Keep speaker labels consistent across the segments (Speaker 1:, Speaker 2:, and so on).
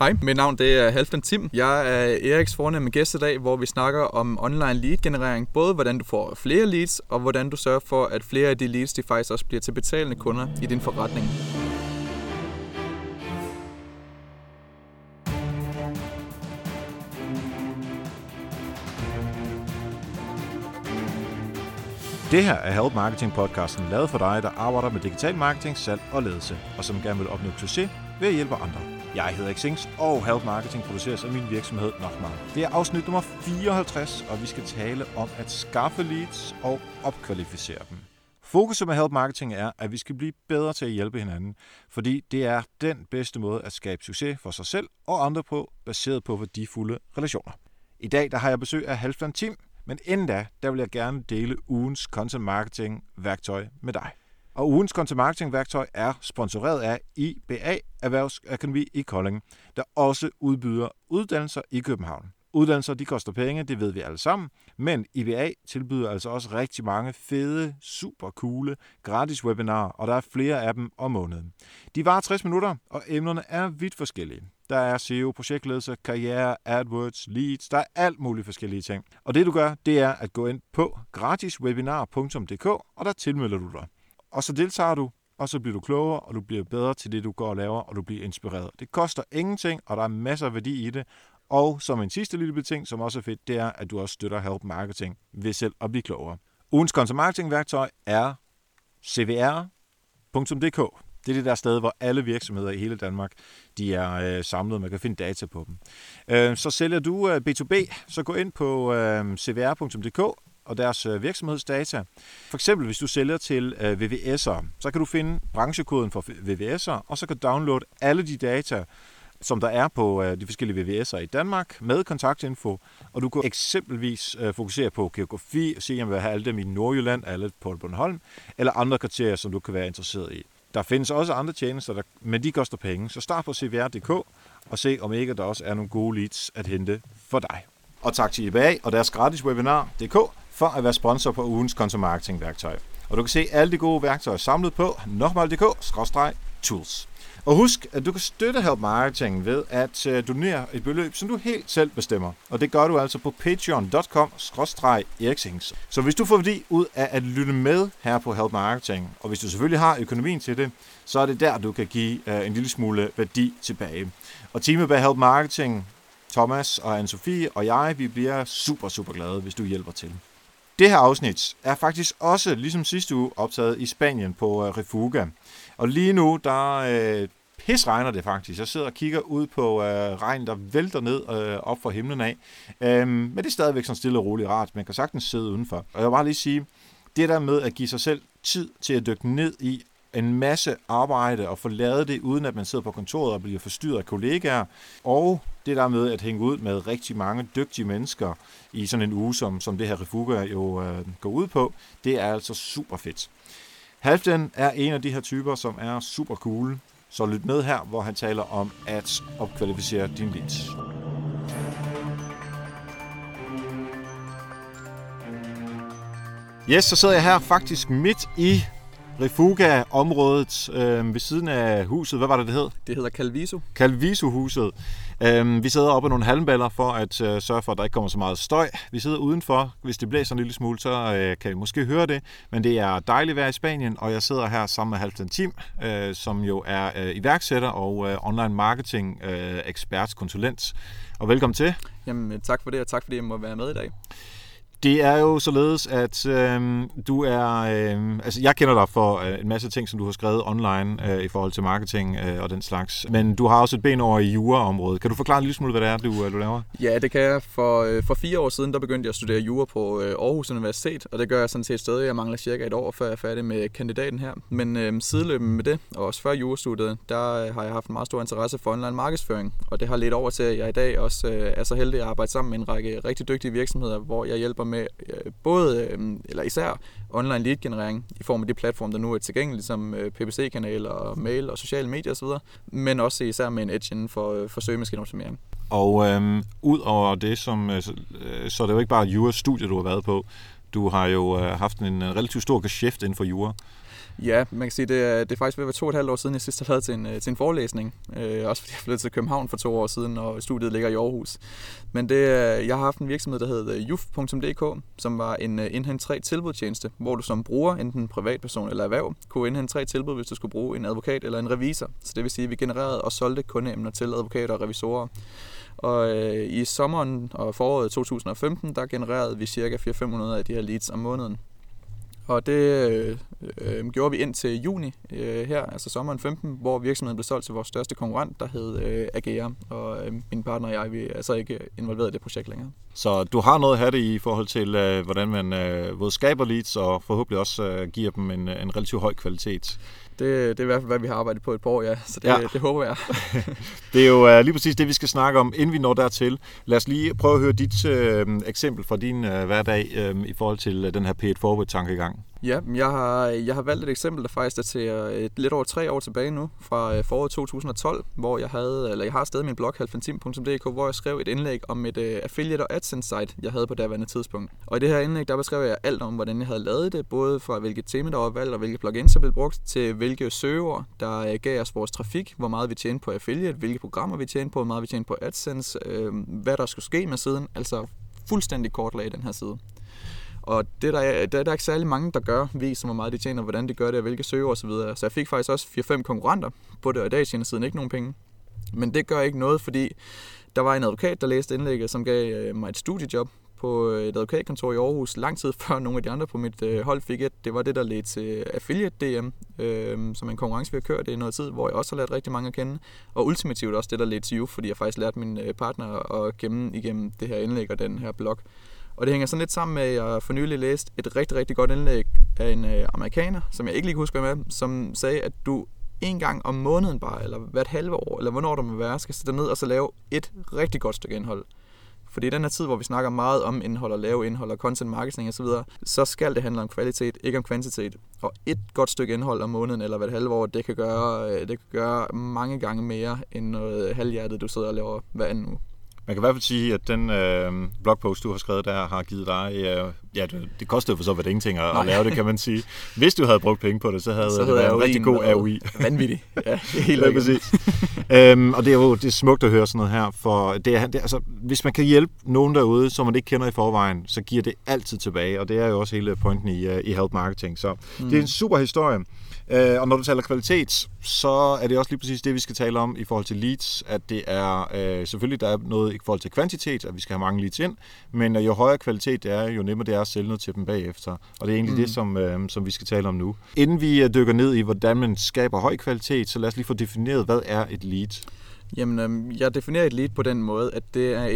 Speaker 1: Hej, mit navn det er Halfdan Tim. Jeg er Eriks fornemme gæst i dag, hvor vi snakker om online lead-generering. Både hvordan du får flere leads, og hvordan du sørger for, at flere af de leads de faktisk også bliver til betalende kunder i din forretning.
Speaker 2: Det her er Help Marketing podcasten, lavet for dig, der arbejder med digital marketing, salg og ledelse, og som gerne vil opnå succes ved at hjælpe andre. Jeg hedder Erik Sings, og Help Marketing produceres af min virksomhed Nochmal. Det er afsnit nummer 54, og vi skal tale om at skaffe leads og opkvalificere dem. Fokuset med Help Marketing er, at vi skal blive bedre til at hjælpe hinanden, fordi det er den bedste måde at skabe succes for sig selv og andre på, baseret på værdifulde relationer. I dag der har jeg besøg af Halfdan Tim, men inden da vil jeg gerne dele ugens content marketing værktøj med dig. Og ugens content marketing værktøj er sponsoreret af IBA Erhvervsakademi i Kolding, der også udbyder uddannelser i København. Uddannelser, de koster penge, det ved vi alle sammen, men IBA tilbyder altså også rigtig mange fede, super coole, gratis webinarer, og der er flere af dem om måneden. De varer 60 minutter, og emnerne er vidt forskellige. Der er SEO, projektledelse, karriere, AdWords, leads, der er alt muligt forskellige ting. Og det du gør, det er at gå ind på gratiswebinar.dk, og der tilmelder du dig. Og så deltager du, og så bliver du klogere, og du bliver bedre til det, du går og laver, og du bliver inspireret. Det koster ingenting, og der er masser af værdi i det. Og som en sidste lille beting, som også er fedt, det er, at du også støtter Help Marketing ved selv at blive klogere. Ugens content marketing værktøj er cvr.dk. Det er det der sted, hvor alle virksomheder i hele Danmark de er samlet. Man kan finde data på dem. Så sælger du B2B, så gå ind på cvr.dk og deres virksomhedsdata. For eksempel, hvis du sælger til VVS'ere, så kan du finde branchekoden for VVS'ere, og så kan du downloade alle de data, som der er på de forskellige VVS'ere i Danmark, med kontaktinfo, og du kan eksempelvis fokusere på geografi, og se, om jeg vil have alle dem i Nordjylland, alle på Bornholm, eller andre kriterier, som du kan være interesseret i. Der findes også andre tjenester, men de koster penge, så start på cvr.dk og se, om ikke der også er nogle gode leads at hente for dig. Og tak til IBA og deres gratis webinar.dk for at være sponsor på ugens content marketing værktøj. Og du kan se alle de gode værktøjer samlet på nochmal.dk/tools. Og husk, at du kan støtte Help Marketing ved at donere et beløb, som du helt selv bestemmer. Og det gør du altså på patreon.com/eriksings. Så hvis du får værdi ud af at lytte med her på Help Marketing, og hvis du selvfølgelig har økonomien til det, så er det der, du kan give en lille smule værdi tilbage. Og teamet bag Help Marketing, Thomas og Anne-Sophie og jeg, vi bliver super, super glade, hvis du hjælper til. Det her afsnit er faktisk også, ligesom sidste uge, optaget i Spanien på Refuga. Og lige nu, der pisregner det faktisk. Jeg sidder og kigger ud på regn, der vælter ned op fra himlen af. Men det er stadigvæk sådan stille og roligt rart. Man kan sagtens sidde udenfor. Og jeg vil bare lige sige, det der med at give sig selv tid til at dykke ned i en masse arbejde og få lavet det, uden at man sidder på kontoret og bliver forstyrret af kollegaer. Og det der med at hænge ud med rigtig mange dygtige mennesker i sådan en uge, som det her Refuga jo går ud på, det er altså super fedt. Halfdan er en af de her typer, som er super cool. Så lyt med her, hvor han taler om at opkvalificere din leads. Yes, så sidder jeg her faktisk midt i Refuga-området ved siden af huset. Hvad var det hed?
Speaker 1: Det hedder Calviso.
Speaker 2: Calviso-huset. Vi sidder oppe af nogle halmballer for at sørge for, at der ikke kommer så meget støj. Vi sidder udenfor. Hvis det blæser en lille smule, så kan I måske høre det. Men det er dejligt vejr i Spanien, og jeg sidder her sammen med Halfdan Tim, som jo er iværksætter og online marketing ekspert, konsulent. Og velkommen til.
Speaker 1: Jamen tak for det, og tak fordi jeg må være med i dag.
Speaker 2: Det er jo således, at du er... altså, jeg kender dig for en masse ting, som du har skrevet online i forhold til marketing og den slags. Men du har også et ben over i jura-området. Kan du forklare en lille smule, hvad det er, du laver?
Speaker 1: Ja, det kan jeg. For 4 år siden, der begyndte jeg at studere jura på Aarhus Universitet, og det gør jeg sådan set stadig. Jeg mangler cirka et år, før jeg er færdig med kandidaten her. Men sideløbende med det, og også før jurastudiet, der har jeg haft en meget stor interesse for online markedsføring. Og det har ledt over til, at jeg i dag også er så heldig at arbejde sammen med en række rigtig dygtige virksomheder, hvor jeg hjælper med både, eller især, online lead-generering i form af de platforme, der nu er tilgængelige, som PPC-kanaler, mail og sociale medier osv., men også især med en edge inden for søgemaskineoptimering.
Speaker 2: Og ud over det, så er det jo ikke bare jura-studiet, du har været på. Du har jo haft en relativt stor geschæft inden for jura.
Speaker 1: Ja, man kan sige, det er faktisk ved at være 2,5 år siden, jeg sidst har lavet til en forelæsning. Også fordi jeg flyttede til København for 2 år siden, og studiet ligger i Aarhus. Men jeg har haft en virksomhed, der hedder juf.dk, som var en indhent 3 tilbudtjeneste, hvor du som bruger, enten privatperson eller erhverv, kunne indhente 3 tilbud, hvis du skulle bruge en advokat eller en revisor. Så det vil sige, at vi genererede og solgte kundeemner til advokater og revisorer. Og i sommeren og foråret 2015, der genererede vi ca. 400-500 af de her leads om måneden. Og det gjorde vi ind til juni her, altså sommeren 15, hvor virksomheden blev solgt til vores største konkurrent, der hed Agera. Og min partner og jeg, vi er så ikke involveret i det projekt længere.
Speaker 2: Så du har noget at have det i forhold til, hvordan man både skaber leads og forhåbentlig også giver dem en relativt høj kvalitet.
Speaker 1: Det er i hvert fald, hvad vi har arbejdet på et par år, ja. Så det håber jeg.
Speaker 2: Det er jo lige præcis det, vi skal snakke om, inden vi når dertil. Lad os lige prøve at høre dit eksempel fra din hverdag i forhold til den her pay it forward-tankegang.
Speaker 1: Ja, jeg har valgt et eksempel, der faktisk daterer lidt over 3 år tilbage nu, fra foråret 2012, hvor jeg har stadig min blog halfantim.dk, hvor jeg skrev et indlæg om et affiliate- og AdSense-site, jeg havde på daværende tidspunkt. Og i det her indlæg, der beskrev jeg alt om, hvordan jeg havde lavet det, både fra hvilket tema, der var valgt, og hvilke plugins, der blev brugt, til hvilke søgeord, der gav os vores trafik, hvor meget vi tjente på affiliate, hvilke programmer vi tjente på, hvor meget vi tjente på AdSense, hvad der skulle ske med siden, altså fuldstændig kortlag den her side. Og det der er ikke særlig mange, der gør, viser hvor meget de tjener, hvordan de gør det, og hvilke søger osv. Så jeg fik faktisk også 4-5 konkurrenter på det, og i dag tjener siden ikke nogen penge. Men det gør ikke noget, fordi der var en advokat, der læste indlægget, som gav mig et studiejob på et advokatkontor i Aarhus, lang tid før nogle af de andre på mit hold fik et. Det var det, der ledte til Affiliate DM, som en konkurrence, vi har kørt i noget tid, hvor jeg også har lært rigtig mange at kende. Og ultimativt også det, der ledte til Juf, fordi jeg faktisk lærte min partner at gemme igennem det her indlæg og den her blog. Og det hænger sådan lidt sammen med, at jeg for nylig læste et rigtig, rigtig godt indlæg af en amerikaner, som jeg ikke lige kan huske med, som sagde, at du en gang om måneden bare, eller hvert halve år, eller hvornår der må være, skal sætte ned og så lave et rigtig godt stykke indhold. Fordi i den her tid, hvor vi snakker meget om indhold og lave indhold og content marketing osv., så skal det handle om kvalitet, ikke om kvantitet. Og et godt stykke indhold om måneden eller hvert halve år, det kan gøre mange gange mere end noget halvhjertet, du sidder og laver hver anden uge.
Speaker 2: Man kan i hvert fald sige, at den blogpost, du har skrevet der, har givet dig... det kostede for så vidt ingenting at lave det, kan man sige. Hvis du havde brugt penge på det, så havde det været en rigtig god ROI.
Speaker 1: Vanvittig. Ja, helt
Speaker 2: ja, præcis. Og det er smukt at høre sådan noget her, for altså, hvis man kan hjælpe nogen derude, som man ikke kender i forvejen, så giver det altid tilbage, og det er jo også hele pointen i Help Marketing. Så det er en super historie. Og når du taler kvalitet, så er det også lige præcis det, vi skal tale om i forhold til leads, at det er selvfølgelig, der er noget i forhold til kvantitet, at vi skal have mange leads ind, men jo højere kvalitet det er, jo nemmere det er at sælge noget til dem bagefter. Og det er egentlig det, som vi skal tale om nu. Inden vi dykker ned i, hvordan man skaber høj kvalitet, så lad os lige få defineret, hvad er et lead?
Speaker 1: Jamen, jeg definerer et lead på den måde, at det er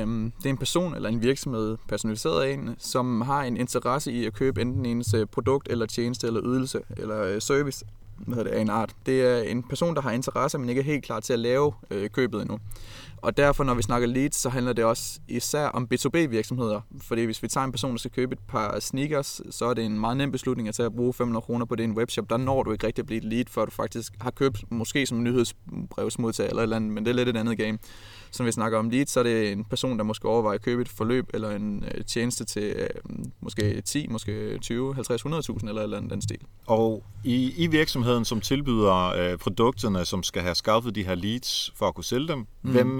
Speaker 1: en person eller en virksomhed, personaliseret af en, som har en interesse i at købe enten ens produkt eller tjeneste eller ydelse eller service af en art. Det er en person, der har interesse, men ikke er helt klar til at lave købet endnu. Og derfor, når vi snakker leads, så handler det også især om B2B-virksomheder. Fordi hvis vi tager en person, der skal købe et par sneakers, så er det en meget nem beslutning at tage at bruge 500 kroner på det i en webshop. Der når du ikke rigtig at blive et lead, før du faktisk har købt, måske som nyhedsbrevsmodtager eller et eller andet, men det er lidt et andet game. Så når vi snakker om leads, så er det en person, der måske overvejer at købe et forløb eller en tjeneste til måske 10, måske 20, 50, 100.000 eller et eller andet den stil.
Speaker 2: Og i virksomheden, som tilbyder produkterne, som skal have skaffet de her leads for at kunne sælge dem, hvem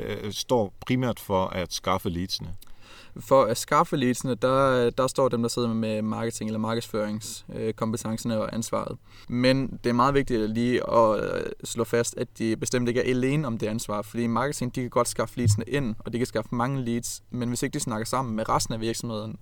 Speaker 2: står primært for at skaffe leadsene?
Speaker 1: For at skaffe leadsene, der står dem, der sidder med marketing eller markedsføringskompetencerne og ansvaret. Men det er meget vigtigt lige at slå fast, at de bestemt ikke er alene om det ansvar, fordi marketing, de kan godt skaffe leadsene ind, og de kan skaffe mange leads, men hvis ikke de snakker sammen med resten af virksomheden,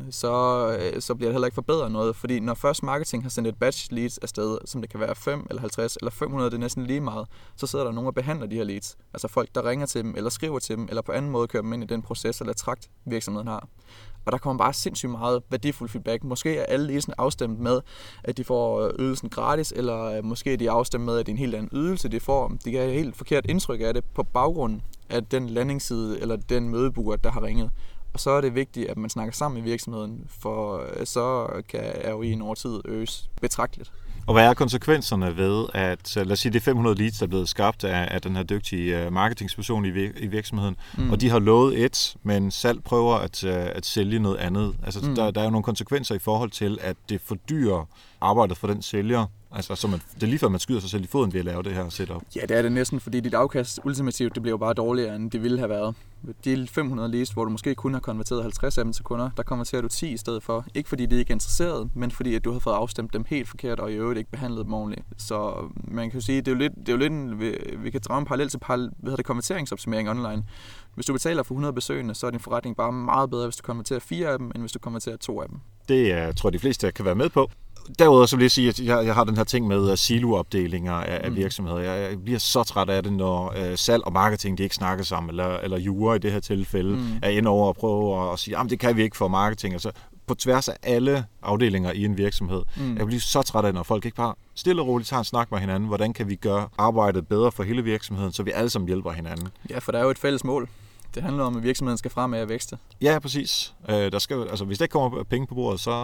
Speaker 1: så bliver det heller ikke forbedret noget, fordi når først marketing har sendt et batch leads afsted, som det kan være 5 eller 50 eller 500, det er næsten lige meget, så sidder der nogen og behandler de her leads. Altså folk, der ringer til dem, eller skriver til dem, eller på anden måde kører dem ind i den proces eller trakt, virksomheden har. Og der kommer bare sindssygt meget værdifuld feedback. Måske er alle leadsene afstemt med, at de får ydelsen gratis, eller måske er de afstemt med, at det er en helt anden ydelse, de får. De kan have et helt forkert indtryk af det på baggrund af den landingsside eller den mødebooker, der har ringet. Og så er det vigtigt, at man snakker sammen i virksomheden, for så kan ROI'en over tid øges betragteligt.
Speaker 2: Og hvad er konsekvenserne ved, at lad os sige, det er 500 leads, der er blevet skabt af den her dygtige marketingsperson i virksomheden, og de har lovet et, men salg prøver at sælge noget andet. Altså, der er jo nogle konsekvenser i forhold til, at det fordyrer arbejdet for den sælger, Altså, så det er lige før, man skyder sig selv i foden ved at lave det her setup.
Speaker 1: Ja, det er det næsten, fordi dit afkast ultimativt, det bliver jo bare dårligere, end det ville have været. De 500 leads, hvor du måske kun har konverteret 50 af dem til kunder, der konverterer du 10 i stedet for. Ikke fordi de ikke er interesseret, men fordi at du har fået afstemt dem helt forkert, og i øvrigt ikke behandlet dem ordentligt. Så man kan jo sige, det er jo lidt vi kan drage en parallel til konverteringsoptimering online. Hvis du betaler for 100 besøgende, så er din forretning bare meget bedre, hvis du konverterer 4 af dem, end hvis du konverterer 2 af dem.
Speaker 2: Det tror jeg, de fleste kan være med på. Derudover så vil jeg sige, at jeg har den her ting med siloopdelinger af virksomheder. Jeg bliver så træt af det, når salg og marketing de ikke snakker sammen, eller jura i det her tilfælde er inde over og prøve at sige, at det kan vi ikke for marketing. Altså, på tværs af alle afdelinger i en virksomhed. Jeg bliver så træt af, når folk ikke bare stille og roligt tager en snak med hinanden. Hvordan kan vi gøre arbejdet bedre for hele virksomheden, så vi alle sammen hjælper hinanden?
Speaker 1: Ja, for der er jo et fælles mål. Det handler om, at virksomheden skal fremad og vækste.
Speaker 2: Ja, præcis. Hvis der ikke kommer penge på bordet, så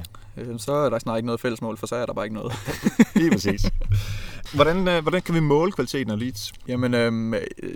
Speaker 1: er der snart ikke noget fælles mål, for så er der bare ikke noget.
Speaker 2: Lige præcis. Hvordan kan vi måle kvaliteten af leads?
Speaker 1: Jamen,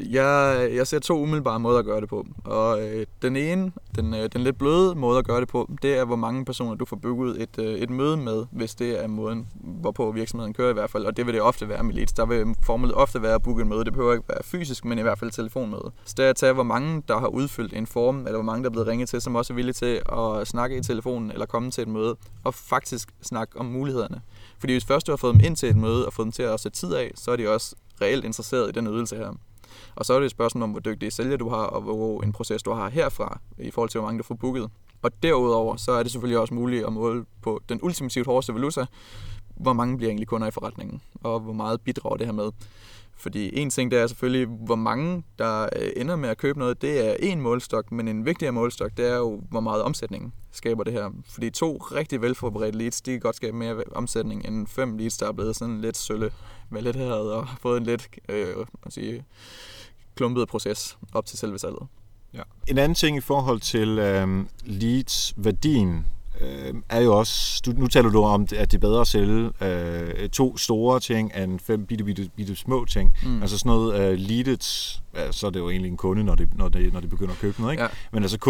Speaker 1: jeg ser 2 umiddelbare måder at gøre det på. Og den ene, den lidt bløde måde at gøre det på, det er, hvor mange personer du får booket et møde med, hvis det er måden, hvorpå virksomheden kører i hvert fald. Og det vil det ofte være med leads. Der vil formålet ofte være at booke et møde. Det behøver ikke være fysisk, men i hvert fald telefonmøde. Så det er at tage, hvor mange der har udfyldt en form, eller hvor mange der er blevet ringet til, som også er villige til at snakke i telefonen eller komme til et møde, og faktisk snakke om mulighederne. Fordi hvis først du har fået dem ind til et møde og fået dem til at sætte tid af, så er de også reelt interesseret i den ydelse her. Og så er det et spørgsmål om, hvor dygtige sælger du har, og hvor en proces du har herfra, i forhold til, hvor mange du får booket. Og derudover, så er det selvfølgelig også muligt at måle på den ultimativt hårdeste valuta, hvor mange bliver egentlig kunder i forretningen, og hvor meget bidrager det her med. Fordi en ting, det er selvfølgelig, hvor mange, der ender med at købe noget, det er en målestok, men en vigtigere målestok, det er jo, hvor meget omsætning skaber det her. Fordi 2 rigtig velforberedte leads, de kan godt skabe mere omsætning end 5 leads, der er blevet sådan lidt sølle med lidt her og fået en lidt klumpet proces op til selve salget.
Speaker 2: Ja. En anden ting i forhold til leads-værdien, er jo også, nu taler du om, at det er bedre at sælge 2 store ting end 5 bitte små ting. Altså sådan noget leadet, så er det jo egentlig en kunde, når de begynder at købe noget, ikke? Ja. Men altså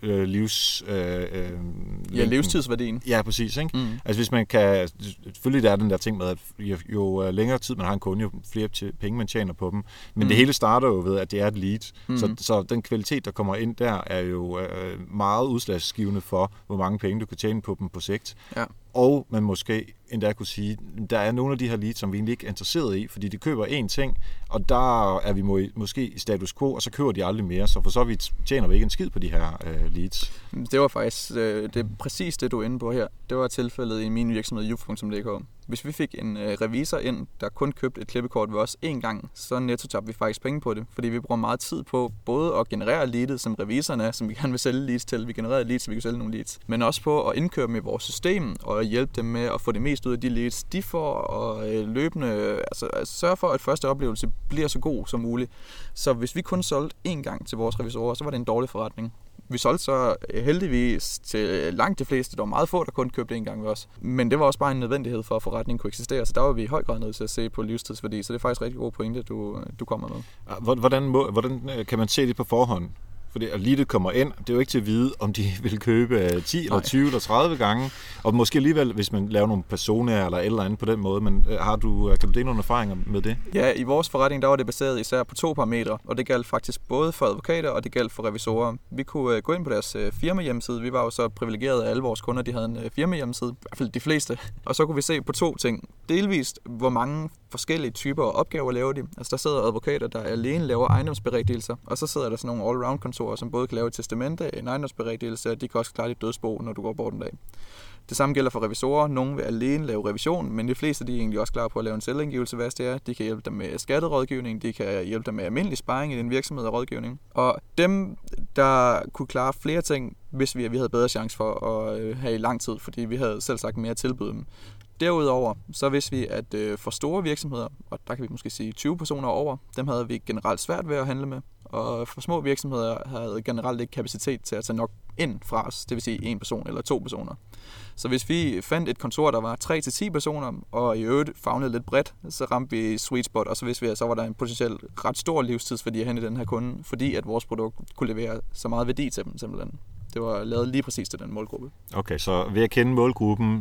Speaker 1: livstidsværdien.
Speaker 2: Ja, præcis, ikke? Altså hvis man kan, selvfølgelig der er den der ting med, at jo længere tid man har en kunde, jo flere penge man tjener på dem. Men det hele starter jo ved, at det er et lead. Så den kvalitet, der kommer ind der, er jo meget udslagsgivende for, hvor mange penge du kan tjene på dem på sigt. Ja. Og man måske endda kunne sige, der er nogle af de her leads, som vi egentlig ikke er interesseret i, fordi de køber én ting, og der er vi måske i status quo, og så køber de aldrig mere, så for så vidt tjener vi ikke en skid på de her leads.
Speaker 1: Det var faktisk præcis det, du er inde på her. Det var tilfældet i min virksomhed Juf.dk. Hvis vi fik en revisor ind, der kun købte et klippekort ved os én gang, så netto tabte vi faktisk penge på det, fordi vi bruger meget tid på både at generere leadet, som revisoren er, som vi gerne vil sælge leads til. Vi genererer leads, så vi kan sælge nogle leads. Men også på at indkøre dem i vores system og hjælpe dem med at få det mest ud af de leads, de får, og løbende sørge for, at første oplevelse bliver så god som muligt. Så hvis vi kun solgte én gang til vores revisorer, så var det en dårlig forretning. Vi solgte så heldigvis til langt de fleste. Der var meget få, der kun købte en gang ved os. Men det var også bare en nødvendighed for, at forretningen kunne eksistere. Så der var vi i høj grad nødt til at se på livstidsværdi. Så det er faktisk rigtig god pointe, du kommer med.
Speaker 2: Hvordan kan man se det på forhånd? Fordi leadet kommer ind, det er jo ikke til at vide, om de vil købe 10 eller 20 eller 30 gange. Og måske alligevel, hvis man laver nogle personer eller et eller andet på den måde. Men kan du dele nogle erfaringer med det?
Speaker 1: Ja, i vores forretning, der var det baseret især på 2 parametre. Og det galt faktisk både for advokater, og det galt for revisorer. Vi kunne gå ind på deres firma-hjemmeside. Vi var jo så privilegerede af alle vores kunder, de havde en firma-hjemmeside. I hvert fald de fleste. Og så kunne vi se på 2 ting. Delvist, hvor mange forskellige typer af opgaver laver de. Altså der sidder advokater, der alene laver ejendomsberigtigelser. Og så sidder der sådan nogle all-round-kontorer, som både kan lave et testamente, en ejendomsberigtigelse, og de kan også klare dit dødsbo, når du går bort en dag. Det samme gælder for revisorer. Nogle vil alene lave revision, men de fleste de er egentlig også klar på at lave en selvindgivelse, hvad det er. De kan hjælpe dem med skatterådgivning, de kan hjælpe dem med almindelig sparring i din virksomhed og rådgivning. Og dem, der kunne klare flere ting, hvis vi havde bedre chance for at have i lang tid, fordi vi havde selv sagt mere at tilbyde dem. Derudover, så vidste vi, at for store virksomheder, og der kan vi måske sige 20 personer over, dem havde vi generelt svært ved at handle med. Og for små virksomheder havde generelt ikke kapacitet til at tage nok ind fra os, det vil sige 1 person eller 2 personer. Så hvis vi fandt et kontor, der var 3-10 personer, og i øvrigt favnede lidt bredt, så ramte vi sweet spot, og så vidste vi, at så var der en potentielt ret stor livstidsværdi hen i den her kunde, fordi at vores produkt kunne levere så meget værdi til dem simpelthen. Det var lavet lige præcis til den målgruppe.
Speaker 2: Okay, så ved at kende målgruppen,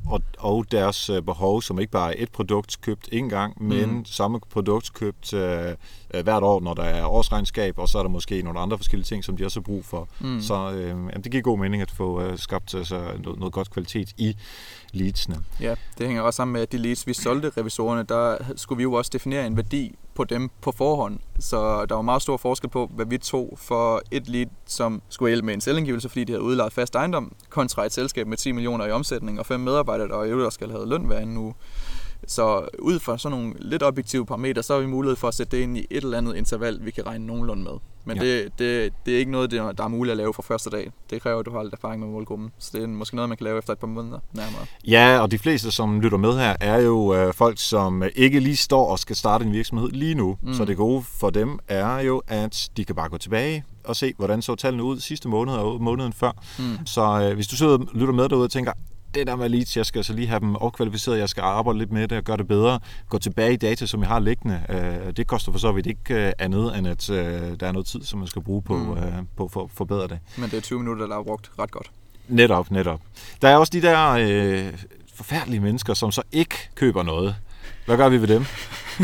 Speaker 2: og deres behov, som ikke bare er et produkt købt en gang, men samme produkt købt hvert år, når der er årsregnskab, og så er der måske nogle andre forskellige ting, som de også har brug for. Så det giver god mening at få skabt noget godt kvalitet i leadsene.
Speaker 1: Ja, det hænger også sammen med, at de leads, vi solgte revisorerne, der skulle vi jo også definere en værdi på dem på forhånd. Så der var meget stor forskel på, hvad vi tog for et lead, som skulle hjælpe med en selvindgivelse, fordi de havde udlejet fast ejendom, kontra et selskab med 10 millioner i omsætning og 5 medarbejdere, der i øvrigt skal have løn hver anden uge. Så ud fra sådan nogle lidt objektive parametre, så har vi mulighed for at sætte det ind i et eller andet interval, vi kan regne nogenlunde med. Men det er ikke noget, der er muligt at lave fra første dag. Det kræver, at du har lidt erfaring med målgruppen. Så det er måske noget, man kan lave efter et par måneder nærmere.
Speaker 2: Ja, og de fleste, som lytter med her, er jo folk, som ikke lige står og skal starte en virksomhed lige nu. Så det gode for dem er jo, at de kan bare gå tilbage og se, hvordan så tallene ud sidste måned og måneden før. Så hvis du sidder og lytter med derude og tænker, det der med leads, jeg skal så lige have dem opkvalificeret, jeg skal arbejde lidt med det og gøre det bedre. Gå tilbage i data, som jeg har liggende. Det koster for så vidt ikke andet, end at der er noget tid, som man skal bruge på at forbedre det.
Speaker 1: Men det er 20 minutter, der er brugt ret godt.
Speaker 2: Netop. Der er også de der forfærdelige mennesker, som så ikke køber noget. Hvad gør vi ved dem?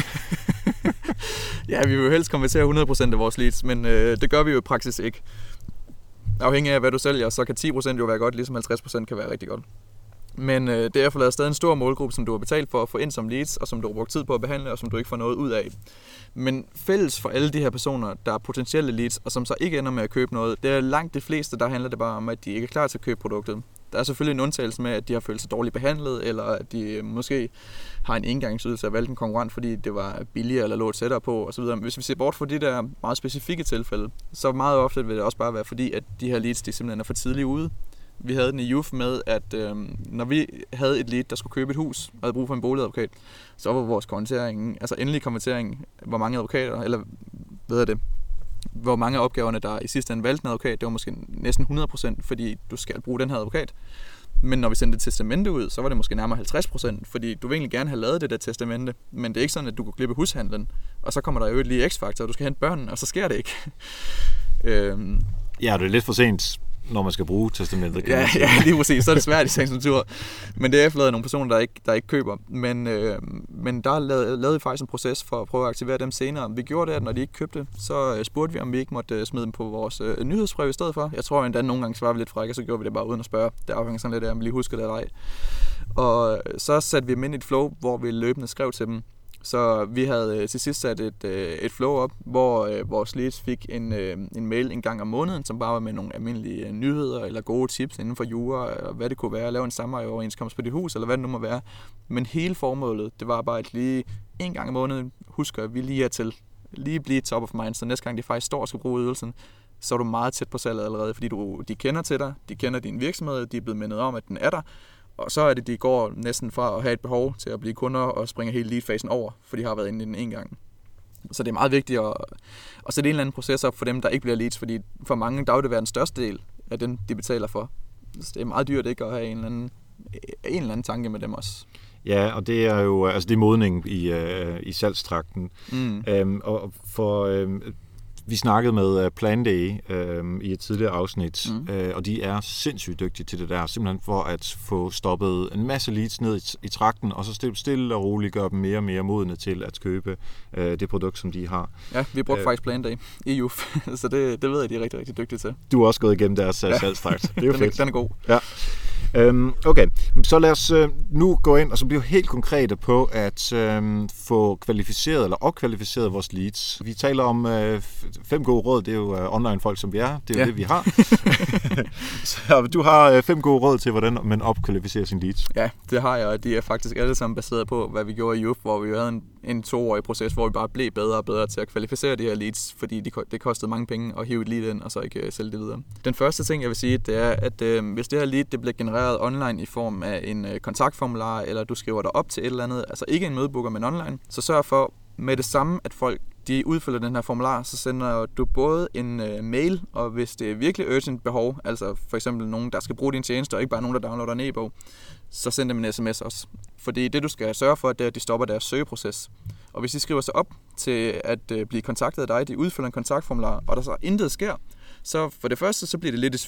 Speaker 1: Ja, vi vil jo helst konvertere 100% af vores leads, men det gør vi jo i praksis ikke. Afhængig af, hvad du sælger, så kan 10% jo være godt, ligesom 50% kan være rigtig godt. Men det er efterladet stadig en stor målgruppe, som du har betalt for at få ind som leads, og som du har brugt tid på at behandle, og som du ikke får noget ud af. Men fælles for alle de her personer, der er potentielle leads, og som så ikke ender med at købe noget, det er langt de fleste, der handler det bare om, at de ikke er klar til at købe produktet. Der er selvfølgelig en undtagelse med, at de har følt sig dårligt behandlet, eller at de måske har en engangsydelse og valgt en konkurrent, fordi det var billigere eller lå et sættere på osv. Hvis vi ser bort fra de der meget specifikke tilfælde, så meget ofte vil det også bare være fordi, at de her leads de simpelthen er for tidligt ude. Vi havde den i Youth med, at når vi havde et lead, der skulle købe et hus og havde brug for en boligadvokat, så var vores konvertering, altså endelig konvertering, hvor mange advokater, eller hvad er det, hvor mange af opgaverne, der i sidste ende valgte en advokat, det var måske næsten 100%, fordi du skal bruge den her advokat. Men når vi sendte et testamente ud, så var det måske nærmere 50%, fordi du vil egentlig gerne have lavet det der testamente, men det er ikke sådan, at du kan klippe hushandlen, og så kommer der jo lige X-faktor, og du skal hente børnene, og så sker det ikke.
Speaker 2: Ja, det er lidt for sent, når man skal bruge testamentet.
Speaker 1: Ja, lige præcis. Så er det svært i sagens natur. Men det er efterladet nogle personer, der ikke køber. Men der lavede vi faktisk en proces for at prøve at aktivere dem senere. Vi gjorde det, at når de ikke købte, så spurgte vi, om vi ikke måtte smide dem på vores nyhedsbrev i stedet for. Jeg tror endda nogle gange svarede vi lidt frække, og så gjorde vi det bare uden at spørge. Det afhænger sådan lidt af, om vi lige husker det eller ej. Og så satte vi dem ind i et flow, hvor vi løbende skrev til dem. Så vi havde til sidst sat et flow op, hvor vores leads fik en mail en gang om måneden, som bare var med nogle almindelige nyheder eller gode tips inden for jura, og hvad det kunne være, at lave en samejoverenskomst på dit hus, eller hvad det nu må være. Men hele formålet, det var bare, at lige en gang om måneden husker vi lige er til, lige blive top of mind, så næste gang de faktisk står og skal bruge ydelsen, så er du meget tæt på salget allerede, fordi de kender til dig, de kender din virksomhed, de er blevet mindet om, at den er der, og så er det, de går næsten fra at have et behov til at blive kunder og springer hele lead-fasen over, for de har været inde i den en gang. Så det er meget vigtigt at sætte en eller anden proces op for dem, der ikke bliver leads, fordi for mange, der vil det være den største del af den, de betaler for. Så det er meget dyrt ikke at have en eller anden tanke med dem også.
Speaker 2: Ja, og det er jo altså det er modning i salgstrakten. Og for vi snakkede med Planday i et tidligere afsnit, og de er sindssygt dygtige til det der, simpelthen for at få stoppet en masse leads ned i trakten, og så stille og roligt gøre dem mere og mere modne til at købe det produkt, som de har.
Speaker 1: Ja, vi brugte faktisk Planday i Youth, så det ved jeg, de er rigtig, rigtig dygtige til.
Speaker 2: Du har også gået igennem deres salgstrakt. Det er jo fedt.
Speaker 1: Den er god.
Speaker 2: Ja. Okay, så lad os nu gå ind og så blive helt konkrete på at få kvalificeret eller opkvalificeret vores leads. Vi taler om 5 gode råd, det er jo online folk, som vi er. Det er jo det, vi har. Så du har 5 gode råd til, hvordan man opkvalificerer sin leads.
Speaker 1: Ja, det har jeg, og de er faktisk alle sammen baseret på, hvad vi gjorde i Youth, hvor vi havde en 2-årig proces, hvor vi bare blev bedre og bedre til at kvalificere de her leads, fordi det kostede mange penge at hive et lead ind, og så ikke sælge det videre. Den første ting, jeg vil sige, det er, at hvis det her lead det bliver genereret online i form af en kontaktformular, eller du skriver dig op til et eller andet, altså ikke en mødebooker, men online, så sørg for med det samme, at folk de udfylder den her formular, så sender du både en mail, og hvis det er virkelig urgent behov, altså for eksempel nogen, der skal bruge din tjeneste, og ikke bare nogen, der downloader en e-bog, så send dem en sms også. Fordi det, du skal sørge for, det er, at de stopper deres søgeproces. Og hvis de skriver sig op til at blive kontaktet af dig, de udfylder en kontaktformular, og der så intet sker, så for det første, så bliver det lidt i tvivl,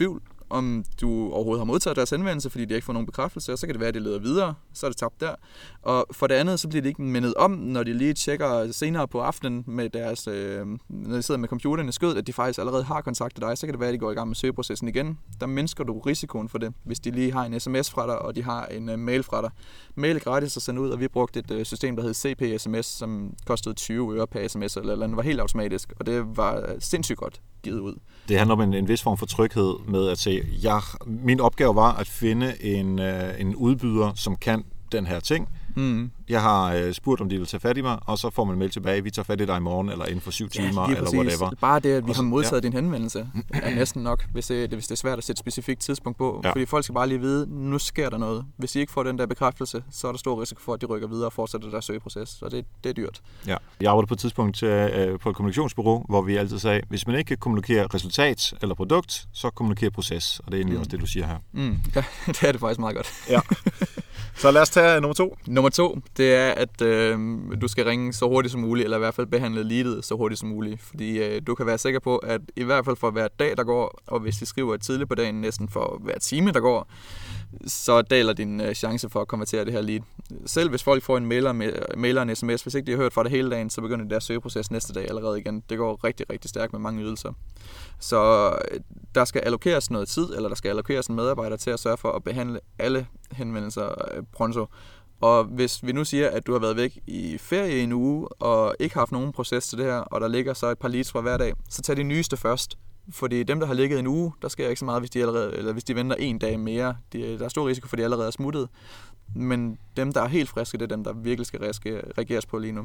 Speaker 1: om du overhovedet har modtaget deres henvendelse, fordi de ikke får nogen bekræftelse, og så kan det være, at de leder videre, så er det tabt der. Og for det andet, så bliver de ikke mindet om, når de lige tjekker senere på aftenen med deres, når de sidder med computeren i skødet, at de faktisk allerede har kontaktet dig, så kan det være, at de går i gang med søgeprocessen igen. Der mindsker du risikoen for det, hvis de lige har en sms fra dig, og de har en mail fra dig. Mail er gratis at sende ud, og vi brugte et system, der hed CP-SMS, som kostede 20 øre per sms, eller andet, var helt automatisk, og det var sindssygt godt givet ud.
Speaker 2: Det handler om en vis form for tryghed med at se, min opgave var at finde en udbyder, som kan den her ting. Jeg har spurgt, om de vil tage fat i mig, og så får man en mail tilbage, vi tager fat i dig i morgen, eller inden for 7 timer, eller whatever.
Speaker 1: Bare det, at vi har modtaget din henvendelse, er næsten nok, hvis det er svært at sætte et specifikt tidspunkt på. Ja. Fordi folk skal bare lige vide, nu sker der noget. Hvis I ikke får den der bekræftelse, så er der stor risiko for, at de rykker videre og fortsætter deres søgeproces. Så det er dyrt. Ja. Jeg
Speaker 2: arbejdede på et tidspunkt på et kommunikationsbureau, hvor vi altid sagde, hvis man ikke kan kommunikere resultat eller produkt, så kommunikere proces. Og det er egentlig også det, du siger her.
Speaker 1: Ja, det er det faktisk meget godt.
Speaker 2: Ja. Så lad os tage nummer 2.
Speaker 1: Nummer 2, det er, at du skal ringe så hurtigt som muligt, eller i hvert fald behandle leadet så hurtigt som muligt. Fordi du kan være sikker på, at i hvert fald for hver dag, der går, og hvis de skriver tidligt på dagen, næsten for hver time, der går, så daler din chance for at konvertere det her lead. Selv hvis folk får en mail og en sms, hvis ikke de har hørt fra det hele dagen, så begynder deres søgeproces næste dag allerede igen. Det går rigtig, rigtig stærkt med mange ydelser. Så der skal allokeres noget tid, eller der skal allokeres en medarbejder til at sørge for at behandle alle henvendelser pronto. Og hvis vi nu siger, at du har været væk i ferie i en uge, og ikke haft nogen proces til det her, og der ligger så et par leads fra hver dag, så tag de nyeste først. Fordi dem, der har ligget en uge, der sker ikke så meget, hvis de venter en dag mere. Der er stor risiko for, at de allerede er smuttet. Men dem, der er helt friske, det er dem, der virkelig skal reageres på lige nu.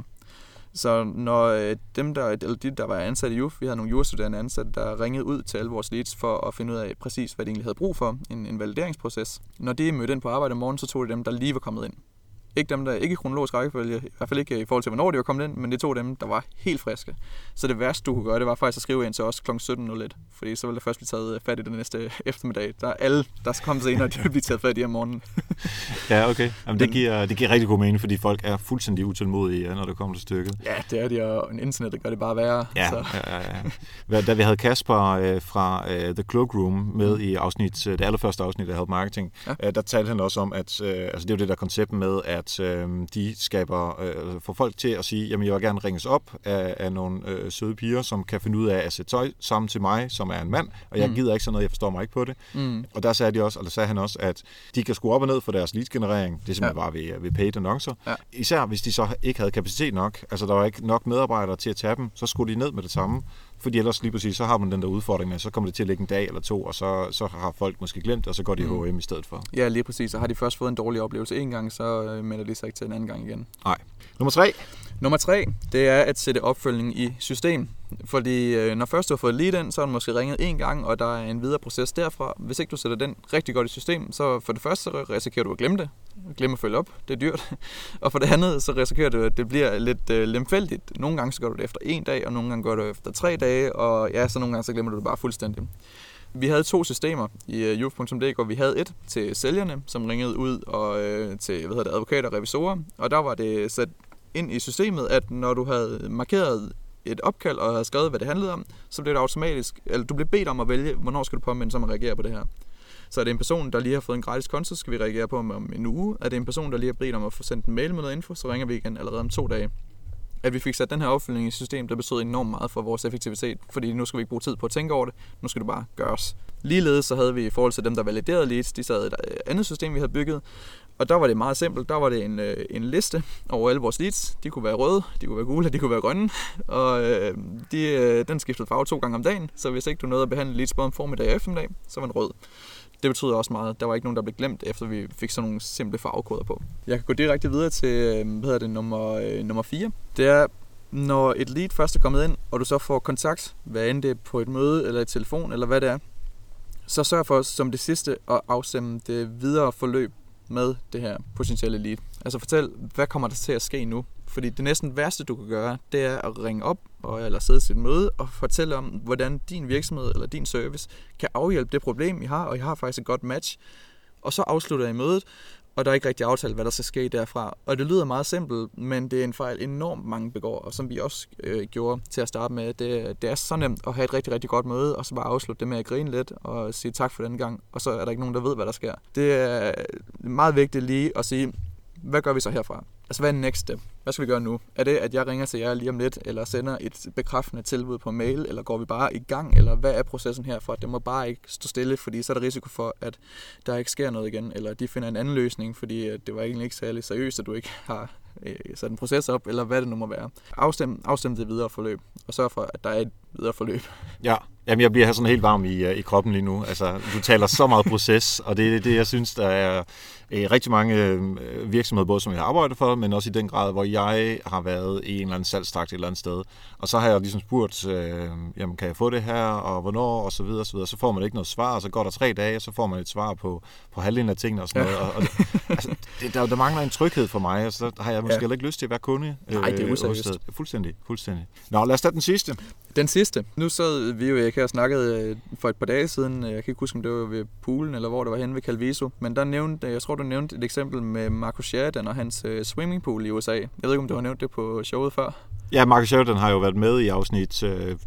Speaker 1: Så når de, der var ansat i JUF, vi havde nogle jurastuderende ansatte, der ringede ud til alle vores leads for at finde ud af præcis, hvad de egentlig havde brug for, en valideringsproces. Når de mødte ind på arbejde om morgenen, så tog de dem, der lige var kommet ind. Ikke dem, der ikke i kronologisk rækkefølge, i hvert fald ikke i forhold til, hvornår de var kommet ind, men det tog dem, der var helt friske. Så det værste, du kunne gøre, det var faktisk at skrive ind til os kl. 17.01, fordi så ville der først blive taget fat i den næste eftermiddag. Der er alle, der skal komme senere, de vil blive taget fat i om morgenen. Ja,
Speaker 2: okay. Jamen, det giver rigtig god mening, fordi folk er fuldstændig utålmodige, når det kommer til stykket.
Speaker 1: Ja, det er de, og internettet gør det bare værre.
Speaker 2: Ja, så. Ja. Da vi havde Kasper fra The Cloakroom med i det allerførste afsnit af Help Marketing, der talte han også om, at det er jo det der koncept med, at de får folk til at sige, jamen jeg vil gerne ringes op af nogle søde piger, som kan finde ud af at sætte tøj sammen til mig, som er en mand, og jeg gider ikke sådan noget, jeg forstår mig ikke på det. Og der sagde han også, at de kan skrue op og ned for deres lead-generering, det er simpelthen bare ved paid annoncer. Ja. Især hvis de så ikke havde kapacitet nok, altså der var ikke nok medarbejdere til at tage dem, så skruede de ned med det samme. Fordi ellers lige præcis, så har man den der udfordring med, så kommer det til at ligge en dag eller to, og så har folk måske glemt, og så går de H&M i stedet for.
Speaker 1: Ja, lige præcis. Og har de først fået en dårlig oplevelse en gang, så melder de sig ikke til en anden gang igen.
Speaker 2: Nej. Nummer 3, det er at sætte opfølgning i system. Fordi når først du har fået lead ind, så har du måske ringet en gang, og der er en videre proces derfra. Hvis ikke du sætter den rigtig godt i system, så for det første så risikerer du at glemme det. Glemme at følge op, det er dyrt. Og for det andet, så risikerer du, at det bliver lidt lemfældigt. Nogle gange så gør du det efter 1 dag, og nogle gange gør du det efter 3 dage, og ja, så nogle gange så glemmer du det bare fuldstændig. Vi havde 2 systemer i juf.dk. Vi havde et til sælgerne, som ringede ud og til advokater og revisorer, og der var det sat ind i systemet, at når du havde markeret et opkald og havde skrevet, hvad det handlede om, så blev det automatisk, eller du blev bedt om at vælge, hvornår skal du påminde, så man reagerer på det her. Så er det en person, der lige har fået en gratis konto, skal vi reagere på om en uge. Er det en person, der lige har bedt om at få sendt en mail med noget info, så ringer vi igen allerede om 2 dage. At vi fik sat den her opfølgning i system, der betød enormt meget for vores effektivitet, fordi nu skal vi ikke bruge tid på at tænke over det, nu skal det bare gøres. Ligeledes så havde vi i forhold til dem, der validerede leads, de sad i et andet system, vi havde bygget, og der var det meget simpelt. Der var det en liste over alle vores leads. De kunne være røde, de kunne være gule, de kunne være grønne, og den skiftede farve 2 gange om dagen, så hvis ikke du nåede at behandle leads både om formiddag og eftermiddag, så var den rød. Det betyder også meget. Der var ikke nogen, der blev glemt, efter vi fik sådan nogle simple farvekoder på. Jeg kan gå direkte videre til nummer 4. Det er, når et lead først er kommet ind, og du så får kontakt, hvad end det er på et møde eller et telefon, eller hvad det er, så sørg for som det sidste at afstemme det videre forløb med det her potentielle lead. Altså fortæl, hvad kommer der til at ske nu? Fordi det næsten værste, du kan gøre, det er at ringe op eller sidde til et møde og fortælle om, hvordan din virksomhed eller din service kan afhjælpe det problem, I har, og I har faktisk et godt match. Og så afslutter I mødet,
Speaker 1: og der er ikke rigtig aftalt, hvad der skal ske derfra. Og det lyder meget simpelt, men det er en fejl enormt mange begår, og som vi også gjorde til at starte med. Det er så nemt at have et rigtig, rigtig godt møde, og så bare afslutte det med at grine lidt og sige tak for den gang, og så er der ikke nogen, der ved, hvad der sker. Det er meget vigtigt lige at sige, hvad gør vi så herfra? Altså, hvad er next step? Hvad skal vi gøre nu? Er det, at jeg ringer til jer lige om lidt, eller sender et bekræftende tilbud på mail, eller går vi bare i gang, eller hvad er processen herfra? Det må bare ikke stå stille, fordi så er der risiko for, at der ikke sker noget igen, eller de finder en anden løsning, fordi det var egentlig ikke særlig seriøst, at du ikke har sat en proces op, eller hvad det nu må være. Afstem det videre forløb, og sørg for, at der er et videre forløb.
Speaker 2: Ja, jamen jeg bliver sådan helt varm i kroppen lige nu. Altså, du taler så meget proces, og det er det, jeg synes, der er rigtig mange virksomheder, både som jeg har arbejdet for, men også i den grad, hvor jeg har været i en eller anden salgstakt et eller andet sted. Og så har jeg ligesom spurgt, jamen kan jeg få det her, og hvornår, og så videre, og så videre. Så får man ikke noget svar, og så går der 3 dage, og så får man et svar på halvdelen af tingene og sådan noget. Og altså, der mangler en tryghed for mig, og så har jeg måske heller ikke lyst til at være kunde.
Speaker 1: Nej, det er useriøst.
Speaker 2: Fuldstændig. Nå, lad os tage den sidste.
Speaker 1: Den sidste. Nu sad vi jo her og snakkede for et par dage siden, jeg kan ikke huske, om det var ved poolen, eller hvor det var henne ved Calviso, men der nævnte, jeg tror, du nævnte et eksempel med Marcus Sheridan og hans swimmingpool i USA. Jeg ved ikke, om du har nævnt det på showet før?
Speaker 2: Ja, Marcus Sheridan har jo været med i afsnit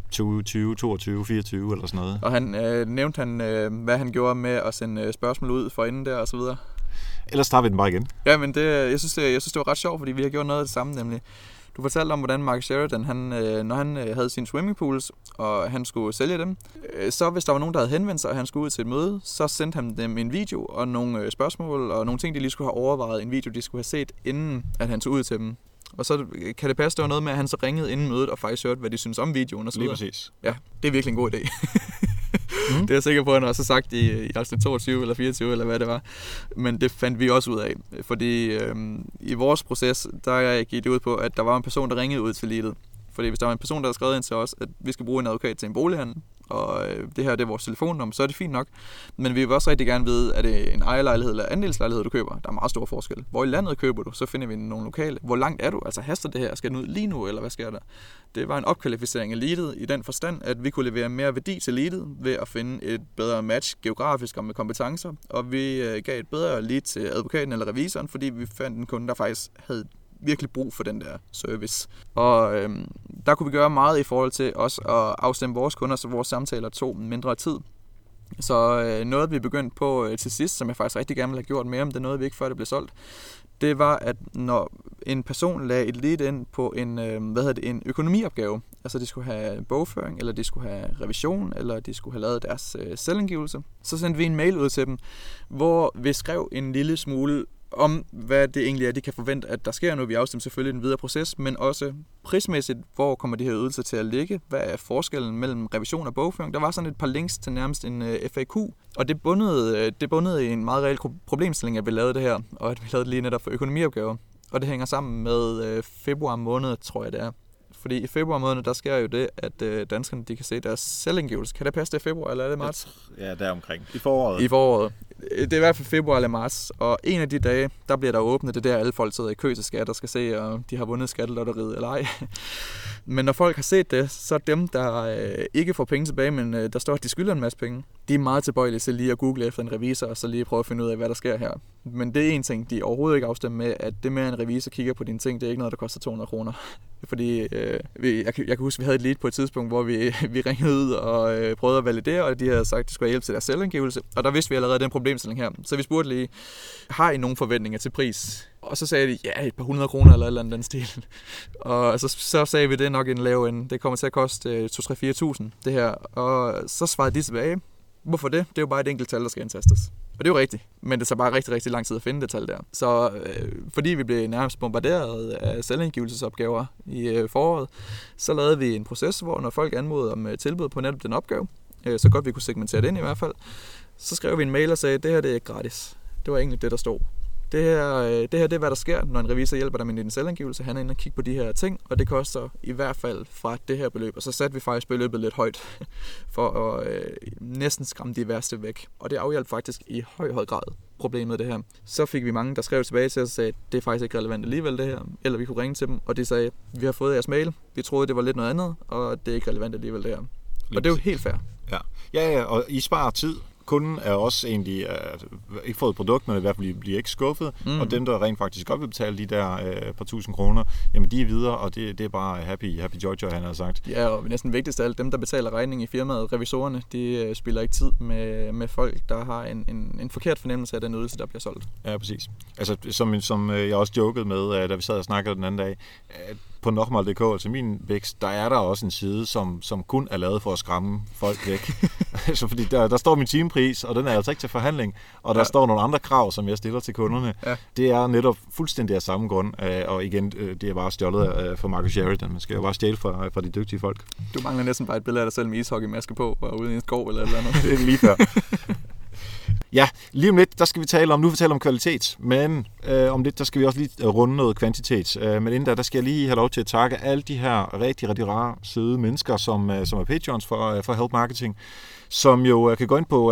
Speaker 2: 20, 22, 24 eller sådan noget.
Speaker 1: Og han nævnte hvad han gjorde med at sende spørgsmål ud for inden der og så videre.
Speaker 2: Ellers tager vi den bare igen.
Speaker 1: Ja, men jeg synes, det var ret sjovt, fordi vi har gjort noget af det samme, nemlig. Du fortalte om, hvordan Marcus Sheridan, når han havde sine swimmingpools, og han skulle sælge dem, så hvis der var nogen, der havde henvendt sig, og han skulle ud til et møde, så sendte han dem en video og nogle spørgsmål, og nogle ting, de lige skulle have overvejet, en video, de skulle have set, inden at han tog ud til dem. Og så kan det passe, der var noget med, at han så ringede inden mødet, og faktisk hørte, hvad de synes om videoen og så videre.
Speaker 2: Lige præcis.
Speaker 1: Ja, det er virkelig en god idé. Det er jeg sikker på, at han også har sagt i afsnit 22 eller 24, eller hvad det var. Men det fandt vi også ud af. Fordi i vores proces, der gik det ud på, at der var en person, der ringede ud til leadet. Fordi hvis der var en person, der havde skrevet ind til os, at vi skal bruge en advokat til en bolighandel, og det her det er vores telefonnummer, så er det fint nok. Men vi vil også rigtig gerne vide, er det en ejerlejlighed eller andelslejlighed, du køber? Der er meget stor forskel. Hvor i landet køber du? Så finder vi nogle lokale. Hvor langt er du? Altså haster det her? Skal den ud lige nu, eller hvad sker der? Det var en opkvalificering af leadet i den forstand, at vi kunne levere mere værdi til leadet ved at finde et bedre match geografisk og med kompetencer. Og vi gav et bedre lead til advokaten eller revisoren, fordi vi fandt en kunde, der faktisk havde virkelig brug for den der service. Og der kunne vi gøre meget i forhold til også at afstemme vores kunder, så vores samtaler tog mindre tid. Så noget vi begyndte på til sidst, som jeg faktisk rigtig gerne ville have gjort mere om, det er noget vi ikke før det blev solgt, det var, at når en person lagde et lead ind på en økonomiopgave, altså de skulle have bogføring, eller de skulle have revision, eller de skulle have lavet deres selvangivelse, så sendte vi en mail ud til dem, hvor vi skrev en lille smule om, hvad det egentlig er, de kan forvente, at der sker nu. Vi afstemmer selvfølgelig den videre proces, men også prismæssigt, hvor kommer de her ydelser til at ligge? Hvad er forskellen mellem revision og bogføring? Der var sådan et par links til nærmest en FAQ, og det bundede i en meget reel problemstilling, at vi lavede det her, og at vi lavede det lige netop for økonomiopgaver. Og det hænger sammen med februar måned, tror jeg det er. Fordi i februar måned, der sker jo det, at danskerne de kan se deres selvangivelse. Kan det passe, det er februar, eller er det marts?
Speaker 2: Ja, der omkring. I foråret.
Speaker 1: I foråret. Det er i hvert fald februar eller marts, og en af de dage, der bliver der åbnet, det der alle folk sidder i kø til skat og skal se, om de har vundet skattelotteriet eller ej. Men når folk har set det, så dem, der ikke får penge tilbage, men der står, at de skylder en masse penge, de er meget tilbøjelige til lige at google efter en revisor, og så lige prøve at finde ud af, hvad der sker her. Men det er en ting, de overhovedet ikke afstemmer med, at det med, at en revisor kigger på dine ting, det er ikke noget, der koster 200 kroner. Fordi jeg kan huske, at vi havde et lead på et tidspunkt, hvor vi ringede ud og prøvede at validere, og de havde sagt, at de skulle hjælpe til deres selvangivelse. Og der vidste vi allerede den problemstilling her. Så vi spurgte lige, har I nogle forventninger til pris? Og så sagde de, ja, et par 100 kroner eller et eller andet den stil. Og så sagde vi, det er nok en lav ende. Det kommer til at koste 2-3-4.000, det her. Og så svarede de tilbage. Hvorfor det? Det er jo bare et enkelt tal, der skal indtastes. Og det er jo rigtigt, men det tager bare rigtig, rigtig lang tid at finde det tal der. Så fordi vi blev nærmest bombarderet af selvangivelsesopgaver i foråret, så lavede vi en proces, hvor når folk anmodede om tilbud på netop den opgave, så godt vi kunne segmentere det ind i hvert fald, så skrev vi en mail og sagde, det her det er gratis. Det var egentlig det, der stod. Det her det er, hvad der sker, når en revisor hjælper dig med din selvangivelse. Han er inde og kigge på de her ting, og det koster i hvert fald fra det her beløb. Og så satte vi faktisk beløbet lidt højt, for at næsten skræmme de værste væk. Og det afhjalp faktisk i høj grad problemet det her. Så fik vi mange, der skrev tilbage til os og sagde, det er faktisk ikke relevant alligevel det her. Eller vi kunne ringe til dem, og de sagde, vi har fået jeres mail, vi troede det var lidt noget andet, og det er ikke relevant alligevel det her. Og det er jo helt fair.
Speaker 2: Ja, og I sparer tid. kunden er også egentlig ikke fået et produkt, men i hvert fald bliver ikke skuffet, og dem, der rent faktisk godt vil betale de der par tusind kroner, jamen de er videre, og det er bare happy joy, han har sagt.
Speaker 1: Ja, og næsten vigtigst af alt, dem, der betaler regningen i firmaet, revisorerne, de spiller ikke tid med folk, der har en forkert fornemmelse af den ydelse, der bliver solgt.
Speaker 2: Ja, præcis. Altså, som jeg også jokede med, da vi sad og snakkede den anden dag, på Nochmal.dk, altså min vækst, der er der også en side, som kun er lavet for at skræmme folk væk. Så fordi der står min timepris, og den er altså ikke til forhandling, og der står nogle andre krav, som jeg stiller til kunderne. Ja. Det er netop fuldstændig af samme grund, og igen, det er bare stjålet fra Marcus Sheridan. Man skal jo bare stjæle fra de dygtige folk.
Speaker 1: Du mangler næsten bare et billede af dig selv med ishockeymaske på, og ude i en skov eller et eller andet.
Speaker 2: Det er lige før. Ja, lige om lidt, der skal vi tale om kvalitet, men om lidt, der skal vi også lige runde noget kvantitet. Men inden da, der skal jeg lige have lov til at takke alle de her rigtig, rigtig rare, søde mennesker, som er Patreons for Help Marketing, som jo kan gå ind på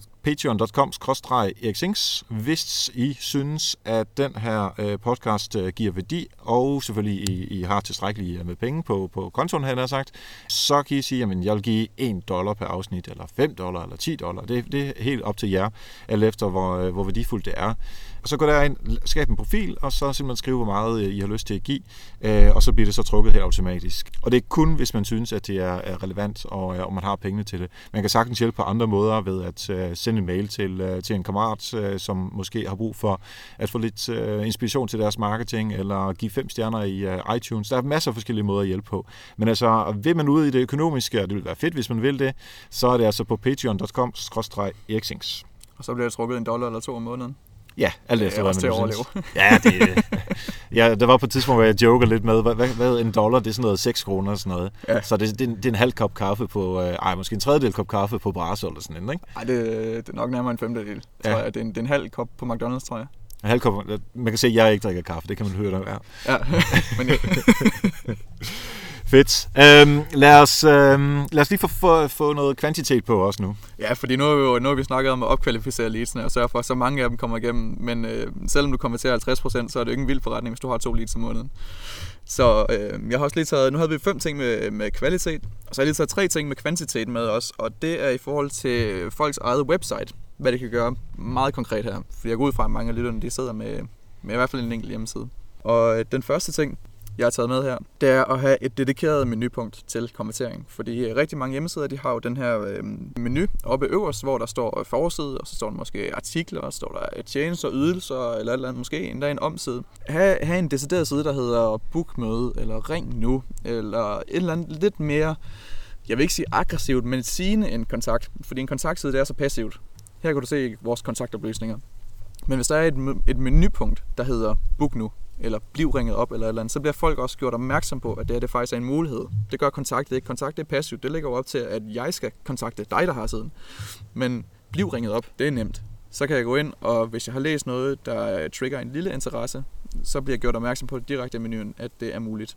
Speaker 2: patreon.com/eriksings, hvis I synes, at den her podcast giver værdi, og selvfølgelig I har tilstrækkeligt med penge på kontoen, havde jeg sagt, så kan I sige, at jeg vil give $1 per afsnit, eller $5, eller $10. Det er helt op til jer, alt efter hvor værdifuldt det er. Og så går der ind, skab en profil, og så simpelthen skrive, hvor meget I har lyst til at give, og så bliver det så trukket helt automatisk. Og det er kun, hvis man synes, at det er relevant, og man har pengene til det. Man kan sagtens hjælpe på andre måder ved at sende en mail til en kammerat, som måske har brug for at få lidt inspiration til deres marketing, eller give 5 stjerner i iTunes. Der er masser af forskellige måder at hjælpe på. Men altså, vil man ud i det økonomiske, og det vil være fedt, hvis man vil det, så er det altså på patreon.com/eriksings.
Speaker 1: Og så bliver det trukket $1 eller $2 om måneden.
Speaker 2: Ja, alt efter, hvad man
Speaker 1: til at overleve.
Speaker 2: Ja, der var på et tidspunkt, hvor jeg joker lidt med, hvad $1, det er sådan noget 6 kroner og sådan noget. Ja. Så det er en halv kop kaffe på, måske en tredjedel kop kaffe på Brasso eller sådan noget, ikke?
Speaker 1: Nej, det er nok nærmere en femtedel, tror jeg. Det er en halv kop på McDonald's, tror jeg.
Speaker 2: En halv kop, man kan se, at jeg ikke drikker kaffe, det kan man høre der.
Speaker 1: Ja, men
Speaker 2: fedt. Lad os lige få noget kvantitet på også nu.
Speaker 1: Ja, fordi nu har vi snakket om at opkvalificere leadsene og sørge for, at så mange af dem kommer igennem. Men selvom du konverterer 50%, så er det jo ikke en vild forretning, hvis du har 2 leads om måneden. Så jeg har også lige taget, nu havde vi 5 ting med kvalitet, og så har jeg lige taget 3 ting med kvantitet med os. Og det er i forhold til folks eget website, hvad det kan gøre meget konkret her. Fordi jeg går ud fra, at mange af lytterne, de sidder med i hvert fald en enkelt hjemmeside. Og den første ting, jeg har taget med her, det er at have et dedikeret menupunkt til konvertering. Fordi rigtig mange hjemmesider, de har jo den her menu oppe øverst, hvor der står forside, og så står der måske artikler, og så står der tjenester, ydelser, eller et eller andet, måske endda en omside. Ha' en decideret side, der hedder bookmøde, eller ring nu, eller et eller andet lidt mere, jeg vil ikke sige aggressivt, men sigende en kontakt. Fordi en kontaktside, det er så passivt. Her kan du se vores kontaktoplysninger. Men hvis der er et menupunkt, der hedder book nu, eller bliv ringet op, eller et eller andet, så bliver folk også gjort opmærksom på, at det faktisk er en mulighed. Det gør kontaktet ikke. Kontaktet er passivt. Det ligger jo op til, at jeg skal kontakte dig, der har siden. Men bliv ringet op, det er nemt. Så kan jeg gå ind, og hvis jeg har læst noget, der trigger en lille interesse, så bliver jeg gjort opmærksom på direkte i menuen, at det er muligt.